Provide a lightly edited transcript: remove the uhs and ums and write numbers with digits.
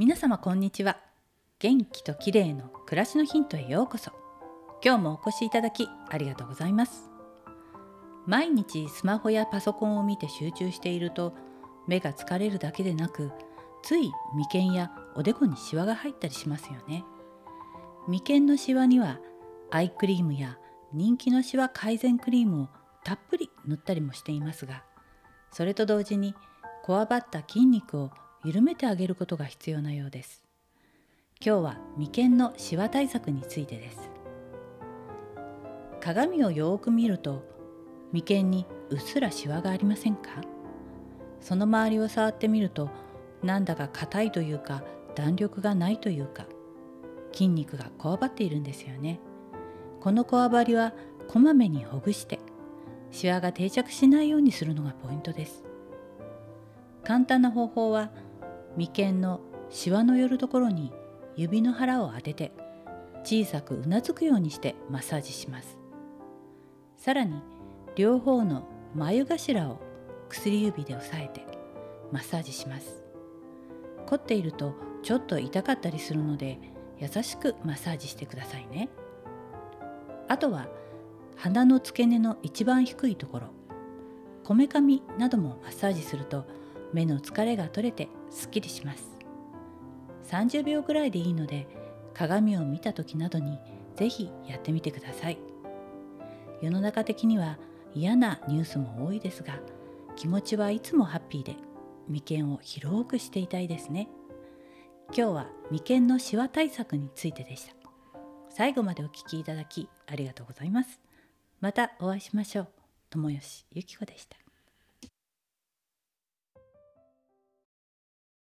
皆様こんにちは。元気と綺麗の暮らしのヒントへようこそ。今日もお越しいただきありがとうございます。毎日スマホやパソコンを見て集中していると、目が疲れるだけでなく、つい眉間やおでこにシワが入ったりしますよね。眉間のシワにはアイクリームや人気のシワ改善クリームをたっぷり塗ったりもしていますが、それと同時にこわばった筋肉を緩めてあげることが必要なようです。今日は眉間のシワ対策についてです。鏡をよく見ると眉間にうっすらシワがありませんか？その周りを触ってみると、なんだか硬いというか弾力がないというか、筋肉がこわばっているんですよね。このこわばりはこまめにほぐしてシワが定着しないようにするのがポイントです。簡単な方法は、眉間のシワの寄るところに指の腹を当てて小さくうなずくようにしてマッサージします。さらに両方の眉頭を薬指で押さえてマッサージします。凝っているとちょっと痛かったりするので、優しくマッサージしてくださいね。あとは鼻の付け根の一番低いところ、こめかみなどもマッサージすると目の疲れが取れてすっきりします。30秒ぐらいでいいので、鏡を見た時などにぜひやってみてください。世の中的には嫌なニュースも多いですが、気持ちはいつもハッピーで眉間を広くしていたいですね。今日は眉間のシワ対策についてでした。最後までお聞きいただきありがとうございます。またお会いしましょう。友吉ゆき子でした。